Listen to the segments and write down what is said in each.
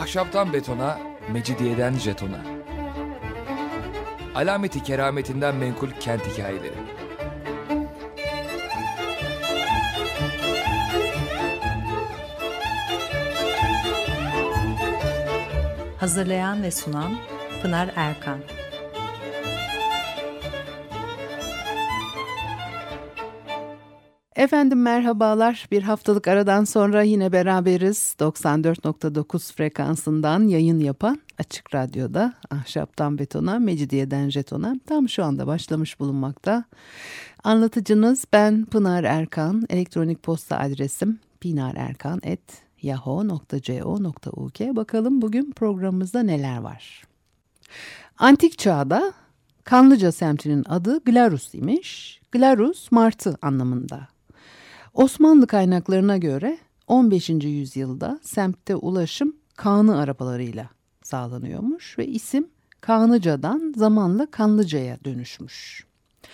Ahşaptan betona, mecidiyeden jetona. Alameti kerametinden menkul kent hikayeleri. Hazırlayan ve sunan Pınar Erkan. Efendim merhabalar. Bir haftalık aradan sonra yine beraberiz. 94.9 frekansından yayın yapan Açık Radyo'da Ahşaptan Betona, Mecidiyeden Jeton'a tam şu anda başlamış bulunmakta. Anlatıcınız ben Pınar Erkan. Elektronik posta adresim pinarerkan@yahoo.co.uk. Bakalım bugün programımızda neler var. Antik çağda Kanlıca semtinin adı Glarus imiş. Glarus martı anlamında. Osmanlı kaynaklarına göre 15. yüzyılda semtte ulaşım Kağnı arabalarıyla sağlanıyormuş ve isim Kağnıca'dan zamanla Kanlıca'ya dönüşmüş.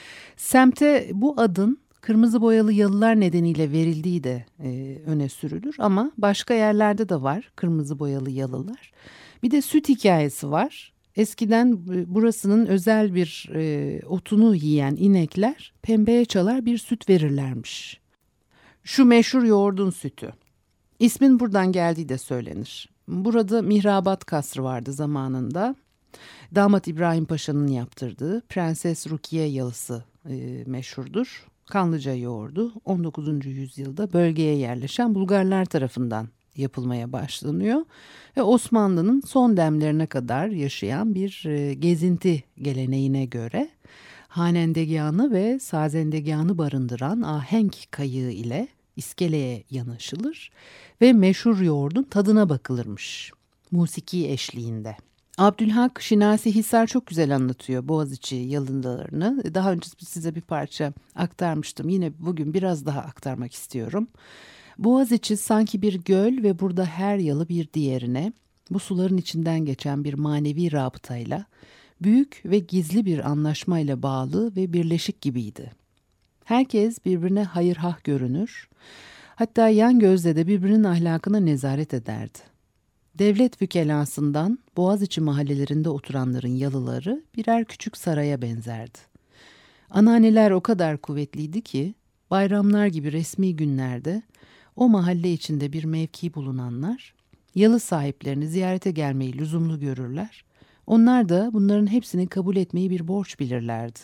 Semte bu adın kırmızı boyalı yalılar nedeniyle verildiği de öne sürülür ama başka yerlerde de var kırmızı boyalı yalılar. Bir de süt hikayesi var. Eskiden burasının özel bir otunu yiyen inekler pembeye çalar bir süt verirlermiş. Şu meşhur yoğurdun sütü. İsmin buradan geldiği de söylenir. Burada Mihrabat Kasrı vardı zamanında. Damat İbrahim Paşa'nın yaptırdığı Prenses Rukiye yalısı meşhurdur. Kanlıca yoğurdu 19. yüzyılda bölgeye yerleşen Bulgarlar tarafından yapılmaya başlanıyor. Ve Osmanlı'nın son demlerine kadar yaşayan bir gezinti geleneğine göre hanendegahını ve sazendegahını barındıran ahenk kayığı ile iskeleye yanaşılır ve meşhur yoğurdun tadına bakılırmış musiki eşliğinde. Abdülhak Şinasi Hisar çok güzel anlatıyor Boğaziçi yalılarını. Daha önce size bir parça aktarmıştım. Yine bugün biraz daha aktarmak istiyorum. Boğaziçi sanki bir göl ve burada her yalı bir diğerine, bu suların içinden geçen bir manevi rabıtayla, büyük ve gizli bir anlaşmayla bağlı ve birleşik gibiydi. Herkes birbirine hayırhah görünür, hatta yan gözle de birbirinin ahlakına nezaret ederdi. Devlet vükelasından Boğaziçi mahallelerinde oturanların yalıları birer küçük saraya benzerdi. Anneanneler o kadar kuvvetliydi ki, bayramlar gibi resmi günlerde o mahalle içinde bir mevki bulunanlar, yalı sahiplerini ziyarete gelmeyi lüzumlu görürler. Onlar da bunların hepsini kabul etmeyi bir borç bilirlerdi.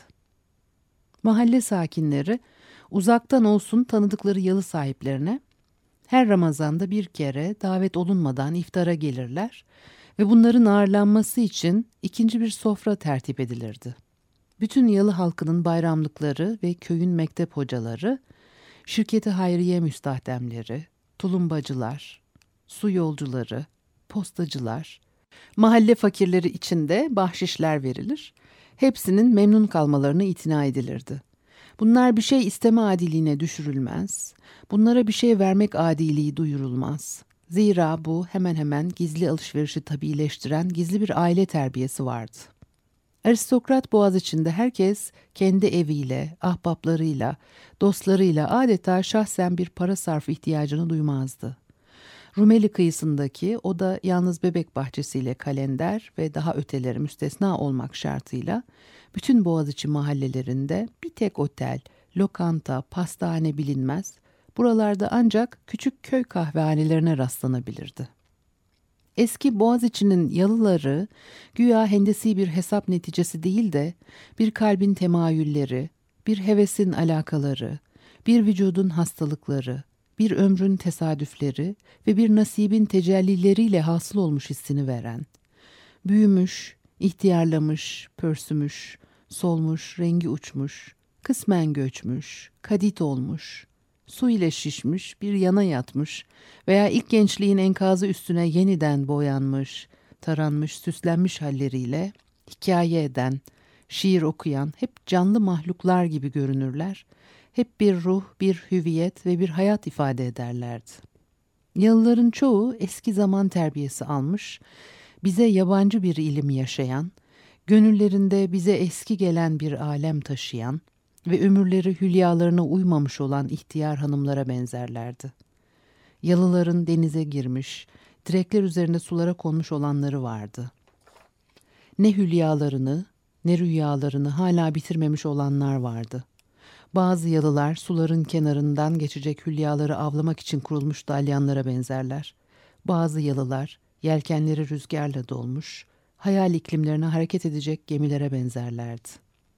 Mahalle sakinleri uzaktan olsun tanıdıkları yalı sahiplerine her Ramazan'da bir kere davet olunmadan iftara gelirler ve bunların ağırlanması için ikinci bir sofra tertip edilirdi. Bütün yalı halkının bayramlıkları ve köyün mektep hocaları, şirketi hayriye müstahdemleri, tulumbacılar, su yolcuları, postacılar, mahalle fakirleri için de bahşişler verilir. Hepsinin memnun kalmalarına itina edilirdi. Bunlar bir şey isteme adiliğine düşürülmez, bunlara bir şey vermek adiliği duyurulmaz. Zira bu hemen hemen gizli alışverişi tabiileştiren gizli bir aile terbiyesi vardı. Aristokrat boğaz içinde herkes kendi eviyle, ahbaplarıyla, dostlarıyla adeta şahsen bir para sarf ihtiyacını duymazdı. Rumeli kıyısındaki o da yalnız bebek bahçesiyle kalender ve daha öteleri müstesna olmak şartıyla bütün Boğaziçi mahallelerinde bir tek otel, lokanta, pastane bilinmez, buralarda ancak küçük köy kahvehanelerine rastlanabilirdi. Eski Boğaziçi'nin yalıları güya hendesi bir hesap neticesi değil de bir kalbin temayülleri, bir hevesin alakaları, bir vücudun hastalıkları, bir ömrün tesadüfleri ve bir nasibin tecellileriyle hasıl olmuş hissini veren, büyümüş, ihtiyarlamış, pörsümüş, solmuş, rengi uçmuş, kısmen göçmüş, kadit olmuş, su ile şişmiş, bir yana yatmış veya ilk gençliğin enkazı üstüne yeniden boyanmış, taranmış, süslenmiş halleriyle hikaye eden, şiir okuyan hep canlı mahluklar gibi görünürler. Hep bir ruh, bir hüviyet ve bir hayat ifade ederlerdi. Yalıların çoğu eski zaman terbiyesi almış, bize yabancı bir ilim yaşayan, gönüllerinde bize eski gelen bir alem taşıyan ve ömürleri hülyalarına uymamış olan ihtiyar hanımlara benzerlerdi. Yalıların denize girmiş, direkler üzerinde sulara konmuş olanları vardı. Ne hülyalarını, ne rüyalarını hala bitirmemiş olanlar vardı. Bazı yalılar suların kenarından geçecek hülyaları avlamak için kurulmuş dalyanlara benzerler. Bazı yalılar yelkenleri rüzgarla dolmuş, hayal iklimlerine hareket edecek gemilere benzerlerdi.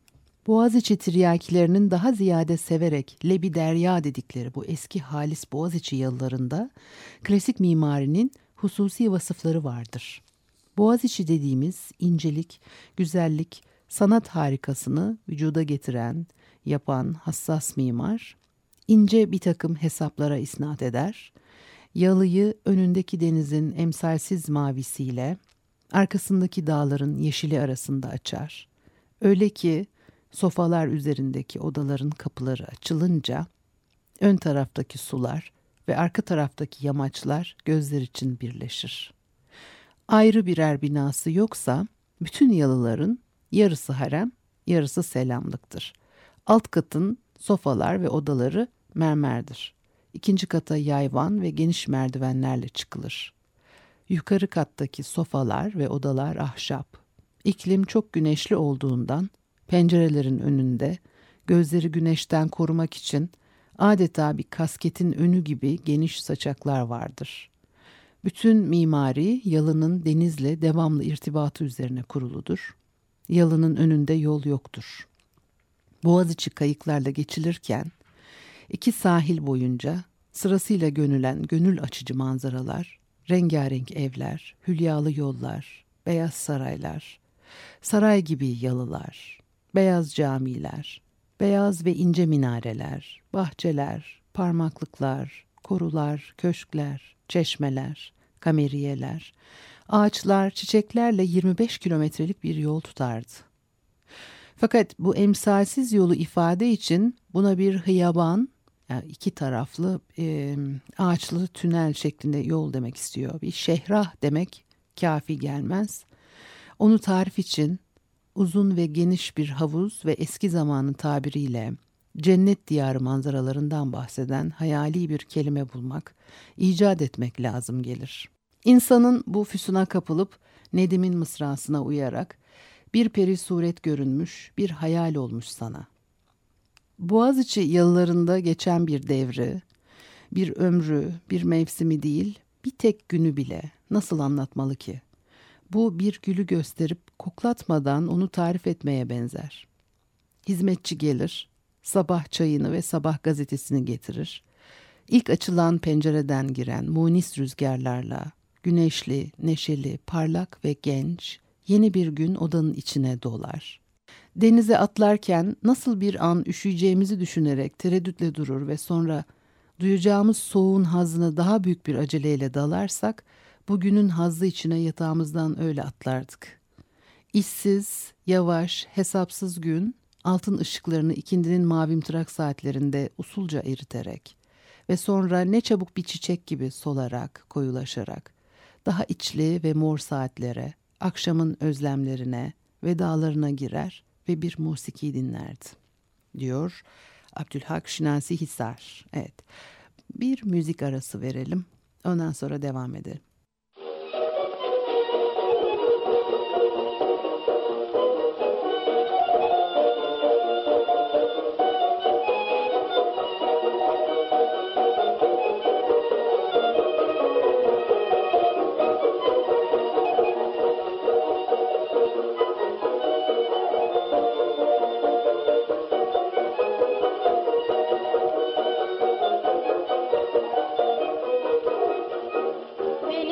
Boğaziçi tiryakilerinin daha ziyade severek Lebi Derya dedikleri bu eski halis Boğaziçi yalılarında klasik mimarinin hususi vasıfları vardır. Boğaziçi dediğimiz incelik, güzellik, sanat harikasını vücuda getiren, yapan hassas mimar, ince bir takım hesaplara isnat eder, yalıyı önündeki denizin emsalsiz mavisiyle, arkasındaki dağların yeşili arasında açar. Öyle ki sofalar üzerindeki odaların kapıları açılınca, ön taraftaki sular ve arka taraftaki yamaçlar gözler için birleşir. Ayrı birer binası yoksa, bütün yalıların yarısı harem, yarısı selamlıktır. Alt katın sofalar ve odaları mermerdir. İkinci kata yayvan ve geniş merdivenlerle çıkılır. Yukarı kattaki sofalar ve odalar ahşap. İklim çok güneşli olduğundan pencerelerin önünde gözleri güneşten korumak için adeta bir kasketin önü gibi geniş saçaklar vardır. Bütün mimari yalının denizle devamlı irtibatı üzerine kuruludur. Yalının önünde yol yoktur. Boğaziçi kayıklarla geçilirken iki sahil boyunca sırasıyla gönül açıcı manzaralar, rengarenk evler, hülyalı yollar, beyaz saraylar, saray gibi yalılar, beyaz camiler, beyaz ve ince minareler, bahçeler, parmaklıklar, korular, köşkler, çeşmeler, kameriyeler, ağaçlar, çiçeklerle 25 kilometrelik bir yol tutardı. Fakat bu emsalsiz yolu ifade için buna bir hıyaban, yani iki taraflı ağaçlı tünel şeklinde yol demek istiyor. Bir şehrah demek kafi gelmez. Onu tarif için uzun ve geniş bir havuz ve eski zamanın tabiriyle cennet diyarı manzaralarından bahseden hayali bir kelime bulmak, icat etmek lazım gelir. İnsanın bu füsuna kapılıp Nedim'in mısrasına uyarak bir peri suret görünmüş, bir hayal olmuş sana. Boğaziçi yalılarında geçen bir devri, bir ömrü, bir mevsimi değil, bir tek günü bile nasıl anlatmalı ki? Bu bir gülü gösterip koklatmadan onu tarif etmeye benzer. Hizmetçi gelir, sabah çayını ve sabah gazetesini getirir. İlk açılan pencereden giren munis rüzgarlarla, güneşli, neşeli, parlak ve genç, yeni bir gün odanın içine dolar. Denize atlarken nasıl bir an üşüyeceğimizi düşünerek tereddütle durur ve sonra duyacağımız soğuğun hazzına daha büyük bir aceleyle dalarsak, bugünün hazzı içine yatağımızdan öyle atlardık. İşsiz, yavaş, hesapsız gün, altın ışıklarını ikindinin mavimtırak saatlerinde usulca eriterek ve sonra ne çabuk bir çiçek gibi solarak, koyulaşarak, daha içli ve mor saatlere, akşamın özlemlerine, vedalarına girer ve bir musiki dinlerdi, diyor Abdülhak Şinasi Hisar. Evet, bir müzik arası verelim, ondan sonra devam edelim. Beni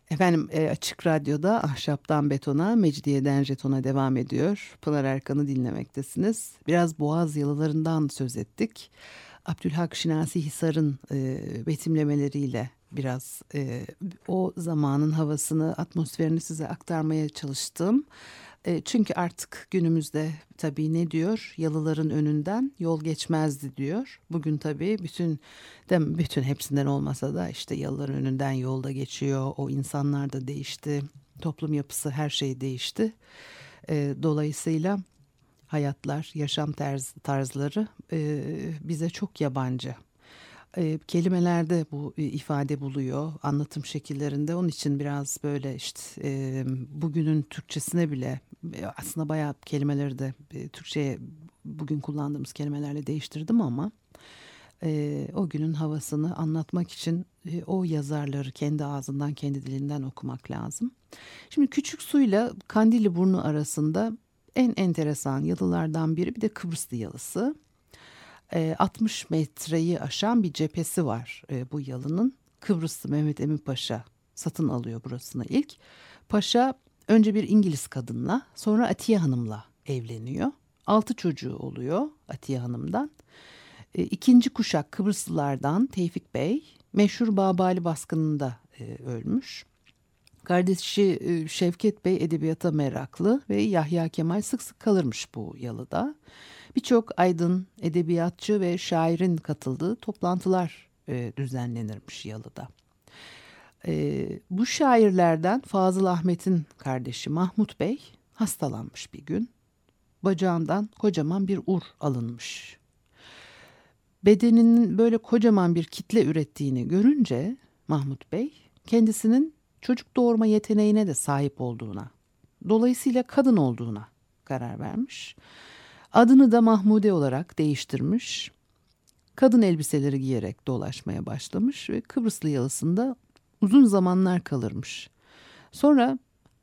Efendim Açık Radyo'da Ahşaptan Betona, Mecidiyeden Jeton'a devam ediyor. Pınar Erkan'ı dinlemektesiniz. Biraz Boğaz yalılarından söz ettik. Abdülhak Şinasi Hisar'ın betimlemeleriyle biraz o zamanın havasını, atmosferini size aktarmaya çalıştım. Çünkü artık günümüzde tabii ne diyor? Yalıların önünden yol geçmezdi diyor. Bugün tabii bütün hepsinden olmasa da işte yalıların önünden yolda geçiyor. O insanlar da değişti. Toplum yapısı, her şey değişti. Dolayısıyla hayatlar, yaşam tarzları bize çok yabancı. Kelimelerde bu ifade buluyor, anlatım şekillerinde. Onun için biraz böyle işte bugünün Türkçesine bile aslında bayağı kelimeleri de Türkçe'ye bugün kullandığımız kelimelerle değiştirdim ama o günün havasını anlatmak için o yazarları kendi ağzından, kendi dilinden okumak lazım. Şimdi Küçük Su'yla Kandilliburnu arasında en enteresan yalılardan biri bir de Kıbrıslı yalısı. 60 metreyi aşan bir cephesi var bu yalının. Kıbrıslı Mehmet Emin Paşa satın alıyor burasını ilk. Paşa önce bir İngiliz kadınla, sonra Atiye Hanım'la evleniyor. 6 çocuğu oluyor Atiye Hanım'dan. İkinci kuşak Kıbrıslılardan Tevfik Bey meşhur Babali baskınında ölmüş. Kardeşi Şevket Bey edebiyata meraklı ve Yahya Kemal sık sık kalırmış bu yalıda. Birçok aydın, edebiyatçı ve şairin katıldığı toplantılar düzenlenirmiş yalıda. Bu şairlerden Fazıl Ahmet'in kardeşi Mahmut Bey hastalanmış bir gün. Bacağından kocaman bir ur alınmış. Bedeninin böyle kocaman bir kitle ürettiğini görünce Mahmut Bey kendisinin çocuk doğurma yeteneğine de sahip olduğuna, dolayısıyla kadın olduğuna karar vermiş. Adını da Mahmude olarak değiştirmiş. Kadın elbiseleri giyerek dolaşmaya başlamış ve Kıbrıslı yalısında uzun zamanlar kalırmış. Sonra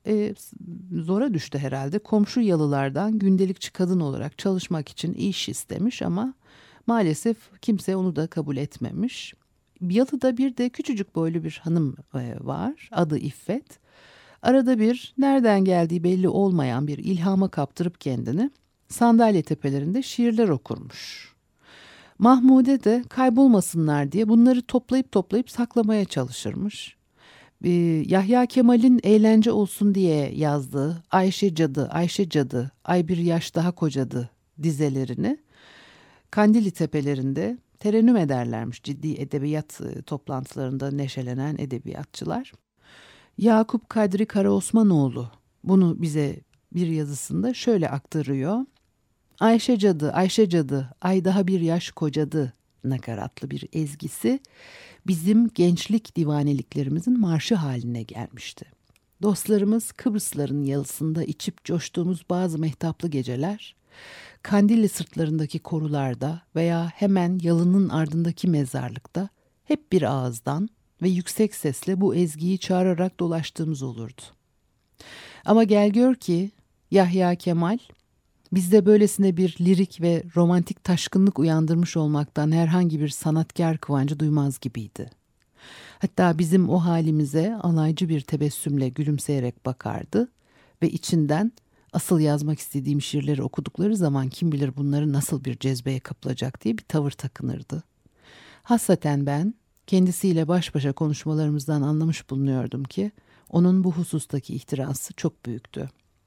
zora düştü herhalde. Komşu yalılardan gündelikçi kadın olarak çalışmak için iş istemiş ama maalesef kimse onu da kabul etmemiş. Yalıda bir de küçücük boylu bir hanım var. Adı İffet. Arada bir nereden geldiği belli olmayan bir ilhama kaptırıp kendini sandalye tepelerinde şiirler okurmuş. Mahmude de kaybolmasınlar diye bunları toplayıp saklamaya çalışırmış. Yahya Kemal'in eğlence olsun diye yazdığı Ayşe Cadı, ay bir yaş daha kocadı dizelerini Kandilli tepelerinde terennüm ederlermiş ciddi edebiyat toplantılarında neşelenen edebiyatçılar. Yakup Kadri Karaosmanoğlu bunu bize bir yazısında şöyle aktarıyor. Ayşe Cadı, ay daha bir yaş kocadı nakaratlı bir ezgisi bizim gençlik divaneliklerimizin marşı haline gelmişti. Dostlarımız Kıbrısların yalısında içip coştuğumuz bazı mehtaplı geceler, Kandilli sırtlarındaki korularda veya hemen yalının ardındaki mezarlıkta hep bir ağızdan ve yüksek sesle bu ezgiyi çağırarak dolaştığımız olurdu. Ama gel gör ki Yahya Kemal bizde böylesine bir lirik ve romantik taşkınlık uyandırmış olmaktan herhangi bir sanatkar kıvancı duymaz gibiydi. Hatta bizim o halimize alaycı bir tebessümle gülümseyerek bakardı ve içinden asıl yazmak istediğim şiirleri okudukları zaman kim bilir bunları nasıl bir cezbeye kapılacak diye bir tavır takınırdı. Hassaten ben kendisiyle baş başa konuşmalarımızdan anlamış bulunuyordum ki onun bu husustaki ihtirası çok büyüktü.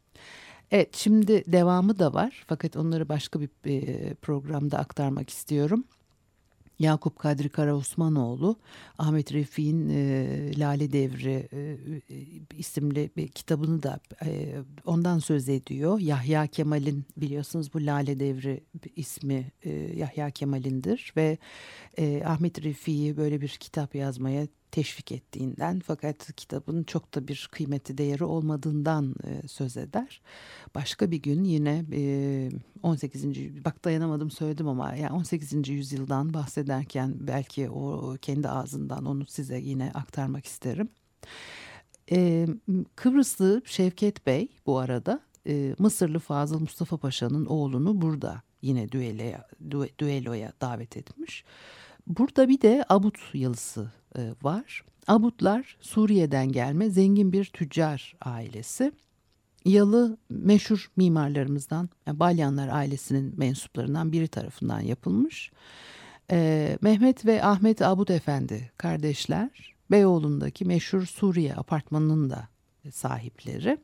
Evet, şimdi devamı da var fakat onları başka bir programda aktarmak istiyorum. Yakup Kadri Karaosmanoğlu, Ahmet Refik'in Lale Devri isimli bir kitabını da ondan söz ediyor. Yahya Kemal'in, biliyorsunuz bu Lale Devri ismi Yahya Kemal'indir ve Ahmet Refik'i böyle bir kitap yazmaya teşvik ettiğinden fakat kitabın çok da bir kıymeti değeri olmadığından söz eder. Başka bir gün yine 18. bak dayanamadım söyledim ama yani 18. yüzyıldan bahsederken belki o kendi ağzından onu size yine aktarmak isterim. Kıbrıslı Şevket Bey bu arada Mısırlı Fazıl Mustafa Paşa'nın oğlunu burada yine düelloya davet etmiş. Burada bir de Abut yalısı var. Abutlar Suriye'den gelme zengin bir tüccar ailesi. Yalı meşhur mimarlarımızdan, yani Balyanlar ailesinin mensuplarından biri tarafından yapılmış. Mehmet ve Ahmet Abut Efendi kardeşler Beyoğlu'ndaki meşhur Suriye apartmanının da sahipleri.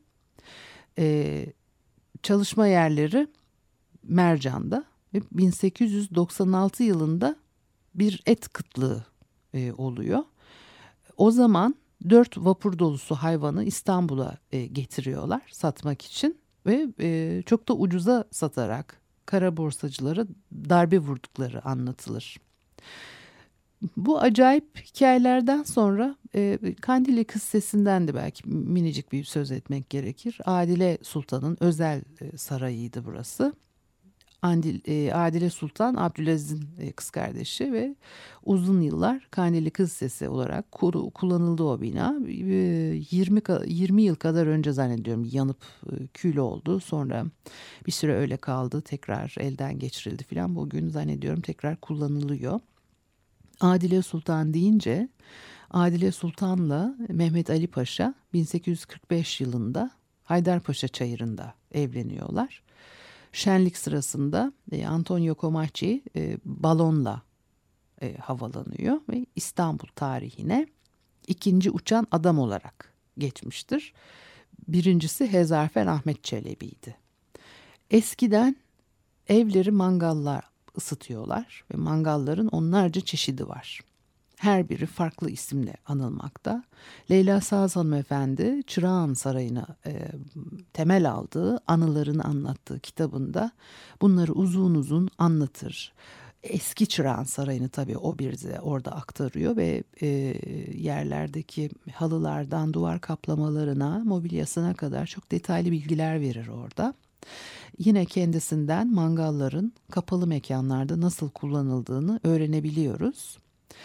Çalışma yerleri Mercan'da ve 1896 yılında bir et kıtlığı oluyor. O zaman 4 vapur dolusu hayvanı İstanbul'a getiriyorlar satmak için ve çok da ucuza satarak kara borsacılara darbe vurdukları anlatılır. Bu acayip hikayelerden sonra Kandilli Kıssesi'nden de belki minicik bir söz etmek gerekir. Adile Sultan'ın özel sarayıydı burası. Adile Sultan Abdülaziz'in kız kardeşi ve uzun yıllar Kandilli Kıssesi olarak kullanıldı o bina. 20 yıl kadar önce zannediyorum yanıp kül oldu. Sonra bir süre öyle kaldı, tekrar elden geçirildi filan. Bugün zannediyorum tekrar kullanılıyor. Adile Sultan deyince Adile Sultan'la Mehmet Ali Paşa 1845 yılında Haydarpaşa Çayırı'nda evleniyorlar. Şenlik sırasında Antonio Comacci balonla havalanıyor ve İstanbul tarihine ikinci uçan adam olarak geçmiştir. Birincisi Hezarfen Ahmet Çelebi'ydi. Eskiden evleri mangallar ısıtıyorlar ve mangalların onlarca çeşidi var. Her biri farklı isimle anılmakta. Leyla Saz hanımefendi Çırağan Sarayı'na temel aldığı, anılarını anlattığı kitabında bunları uzun uzun anlatır. Eski Çırağan Sarayı'nı tabii o bir de orada aktarıyor ve yerlerdeki halılardan duvar kaplamalarına, mobilyasına kadar çok detaylı bilgiler verir orada. Yine kendisinden mangalların kapalı mekanlarda nasıl kullanıldığını öğrenebiliyoruz.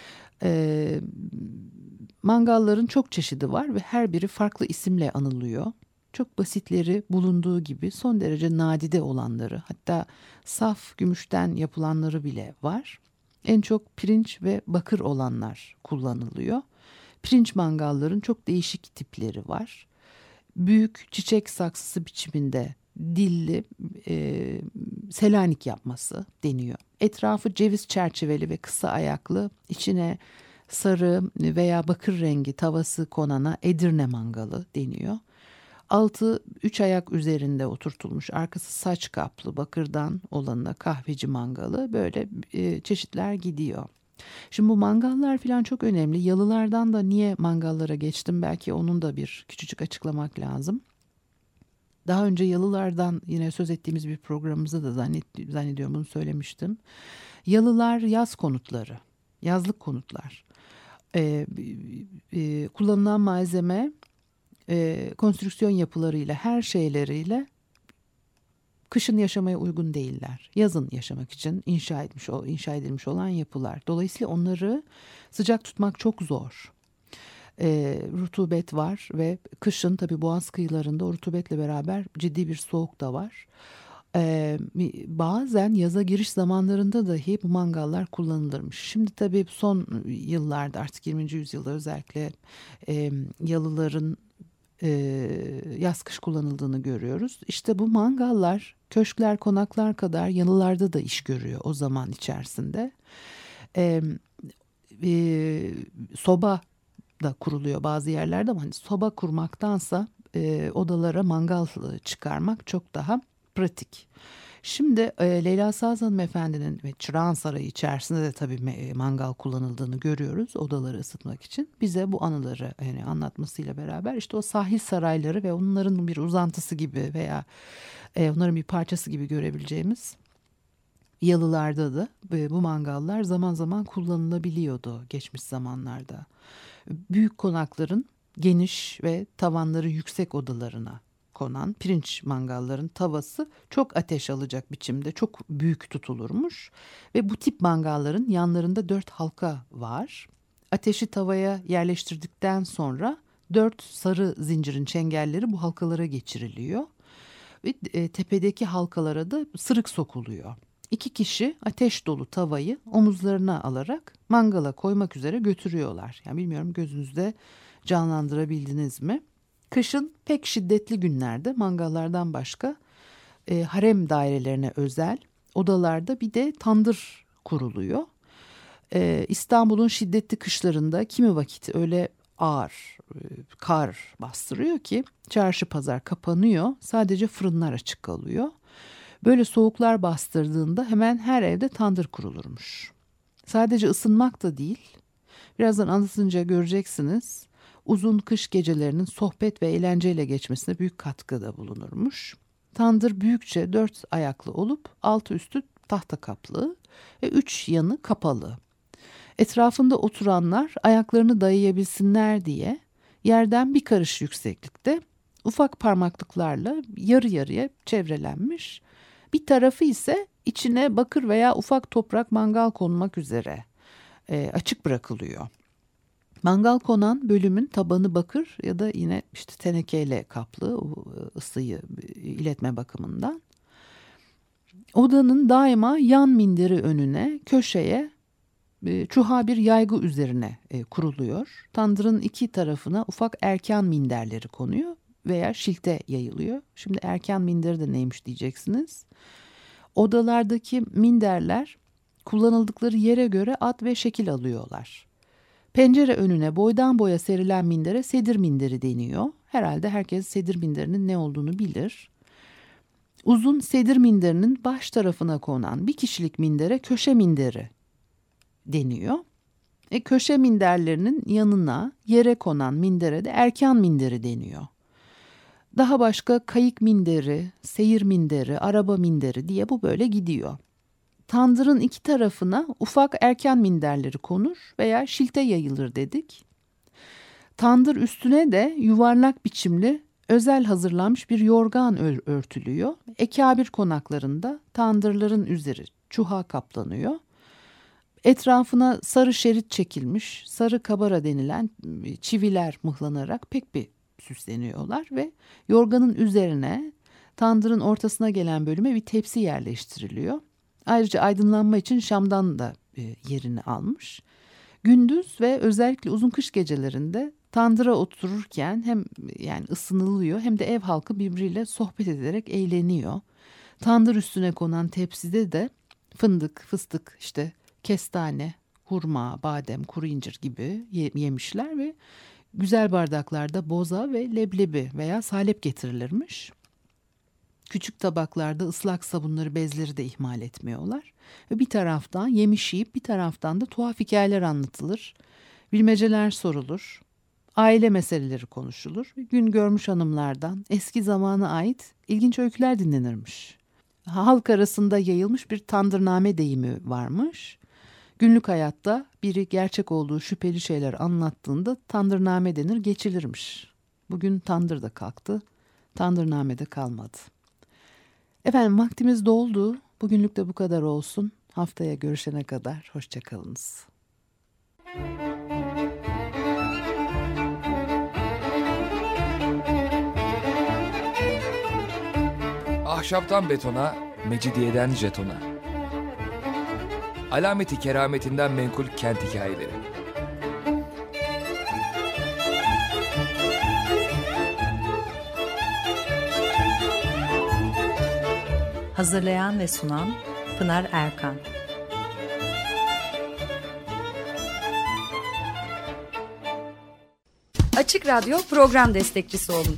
Mangalların çok çeşidi var ve her biri farklı isimle anılıyor. Çok basitleri bulunduğu gibi son derece nadide olanları, hatta saf gümüşten yapılanları bile var. En çok pirinç ve bakır olanlar kullanılıyor. Pirinç mangalların çok değişik tipleri var. Büyük çiçek saksısı biçiminde dilli Selanik yapması deniyor. Etrafı ceviz çerçeveli ve kısa ayaklı, içine sarı veya bakır rengi tavası konana Edirne mangalı deniyor. Altı 3 ayak üzerinde oturtulmuş, arkası saç kaplı bakırdan olanına kahveci mangalı, böyle çeşitler gidiyor. Şimdi bu mangallar falan çok önemli. Yalılardan da niye mangallara geçtim, belki onun da bir küçücük açıklamak lazım. Daha önce yalılardan yine söz ettiğimiz bir programımızda da zannediyorum bunu söylemiştim. Yalılar yaz konutları, yazlık konutlar. Kullanılan malzeme konstrüksiyon yapılarıyla, her şeyleriyle kışın yaşamaya uygun değiller. Yazın yaşamak için inşa edilmiş olan yapılar. Dolayısıyla onları sıcak tutmak çok zor. Rutubet var ve kışın tabii Boğaz kıyılarında o rutubetle beraber ciddi bir soğuk da var. Bazen yaza giriş zamanlarında dahi bu mangallar kullanılırmış. Şimdi tabii son yıllarda, artık 20. yüzyılda özellikle yalıların yaz kış kullanıldığını görüyoruz. İşte bu mangallar köşkler, konaklar kadar yalılarda da iş görüyor o zaman içerisinde. Soba da kuruluyor bazı yerlerde ama hani soba kurmaktansa odalara mangal çıkarmak çok daha pratik. Şimdi Leyla Saz hanımefendinin ve Çırağan Sarayı içerisinde de tabii mangal kullanıldığını görüyoruz odaları ısıtmak için. Bize bu anıları anlatmasıyla beraber işte o sahil sarayları ve onların bir uzantısı gibi veya onların bir parçası gibi görebileceğimiz yalılarda da bu mangallar zaman zaman kullanılabiliyordu geçmiş zamanlarda. Büyük konakların geniş ve tavanları yüksek odalarına konan pirinç mangalların tavası çok ateş alacak biçimde çok büyük tutulurmuş. Ve bu tip mangalların yanlarında 4 halka var. Ateşi tavaya yerleştirdikten sonra 4 sarı zincirin çengelleri bu halkalara geçiriliyor. Ve tepedeki halkalara da sırık sokuluyor. 2 kişi ateş dolu tavayı omuzlarına alarak mangala koymak üzere götürüyorlar. Yani bilmiyorum, gözünüzde canlandırabildiniz mi? Kışın pek şiddetli günlerde mangallardan başka harem dairelerine özel odalarda bir de tandır kuruluyor. İstanbul'un şiddetli kışlarında kimi vakit öyle ağır kar bastırıyor ki çarşı pazar kapanıyor, sadece fırınlar açık kalıyor. Böyle soğuklar bastırdığında hemen her evde tandır kurulurmuş. Sadece ısınmak da değil, birazdan anlatınca göreceksiniz, uzun kış gecelerinin sohbet ve eğlenceyle geçmesine büyük katkıda bulunurmuş. Tandır büyükçe 4 ayaklı olup altı üstü tahta kaplı ve 3 yanı kapalı. Etrafında oturanlar ayaklarını dayayabilsinler diye yerden bir karış yükseklikte ufak parmaklıklarla yarı yarıya çevrelenmiş. Bir tarafı ise içine bakır veya ufak toprak mangal konmak üzere açık bırakılıyor. Mangal konan bölümün tabanı bakır ya da yine işte tenekeyle kaplı, ısıyı iletme bakımından. Odanın daima yan minderi önüne, köşeye çuha bir yaygı üzerine kuruluyor. Tandırın 2 tarafına ufak erkan minderleri konuyor veya şilte yayılıyor. Şimdi erkan minderi de neymiş diyeceksiniz. Odalardaki minderler kullanıldıkları yere göre ad ve şekil alıyorlar. Pencere önüne boydan boya serilen mindere sedir minderi deniyor. Herhalde herkes sedir minderinin ne olduğunu bilir. Uzun sedir minderinin baş tarafına konan bir kişilik mindere köşe minderi deniyor. Köşe minderlerinin yanına yere konan mindere de erkan minderi deniyor. Daha başka kayık minderi, seyir minderi, araba minderi diye bu böyle gidiyor. Tandırın 2 tarafına ufak erkan minderleri konur veya şilte yayılır dedik. Tandır üstüne de yuvarlak biçimli özel hazırlanmış bir yorgan örtülüyor. Ekabir konaklarında tandırların üzeri çuha kaplanıyor. Etrafına sarı şerit çekilmiş, sarı kabara denilen çiviler mıhlanarak pek bir süsleniyorlar ve yorganın üzerine tandırın ortasına gelen bölüme bir tepsi yerleştiriliyor. Ayrıca aydınlanma için şamdan da yerini almış. Gündüz ve özellikle uzun kış gecelerinde tandıra otururken hem yani ısınılıyor hem de ev halkı birbiriyle sohbet ederek eğleniyor. Tandır üstüne konan tepside de fındık, fıstık, işte kestane, hurma, badem, kuru incir gibi yemişler ve güzel bardaklarda boza ve leblebi veya salep getirilirmiş. Küçük tabaklarda ıslak sabunları, bezleri de ihmal etmiyorlar. Ve bir taraftan yemiş yiyip bir taraftan da tuhaf hikayeler anlatılır. Bilmeceler sorulur. Aile meseleleri konuşulur. Gün görmüş hanımlardan eski zamana ait ilginç öyküler dinlenirmiş. Halk arasında yayılmış bir tandırname deyimi varmış. Günlük hayatta biri gerçek olduğu şüpheli şeyler anlattığında tandırname denir, geçilirmiş. Bugün tandır da kalktı, tandırname de kalmadı. Efendim, vaktimiz doldu. Bugünlük de bu kadar olsun. Haftaya görüşene kadar hoşça kalınız. Ahşaptan betona, mecidiyeden jetona. Alameti kerametinden menkul kent hikayeleri. Hazırlayan ve sunan Pınar Erkan. Açık Radyo program destekçisi olun.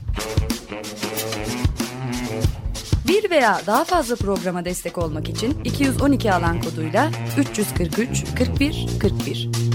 Bir veya daha fazla programa destek olmak için 212 alan koduyla 343 41 41.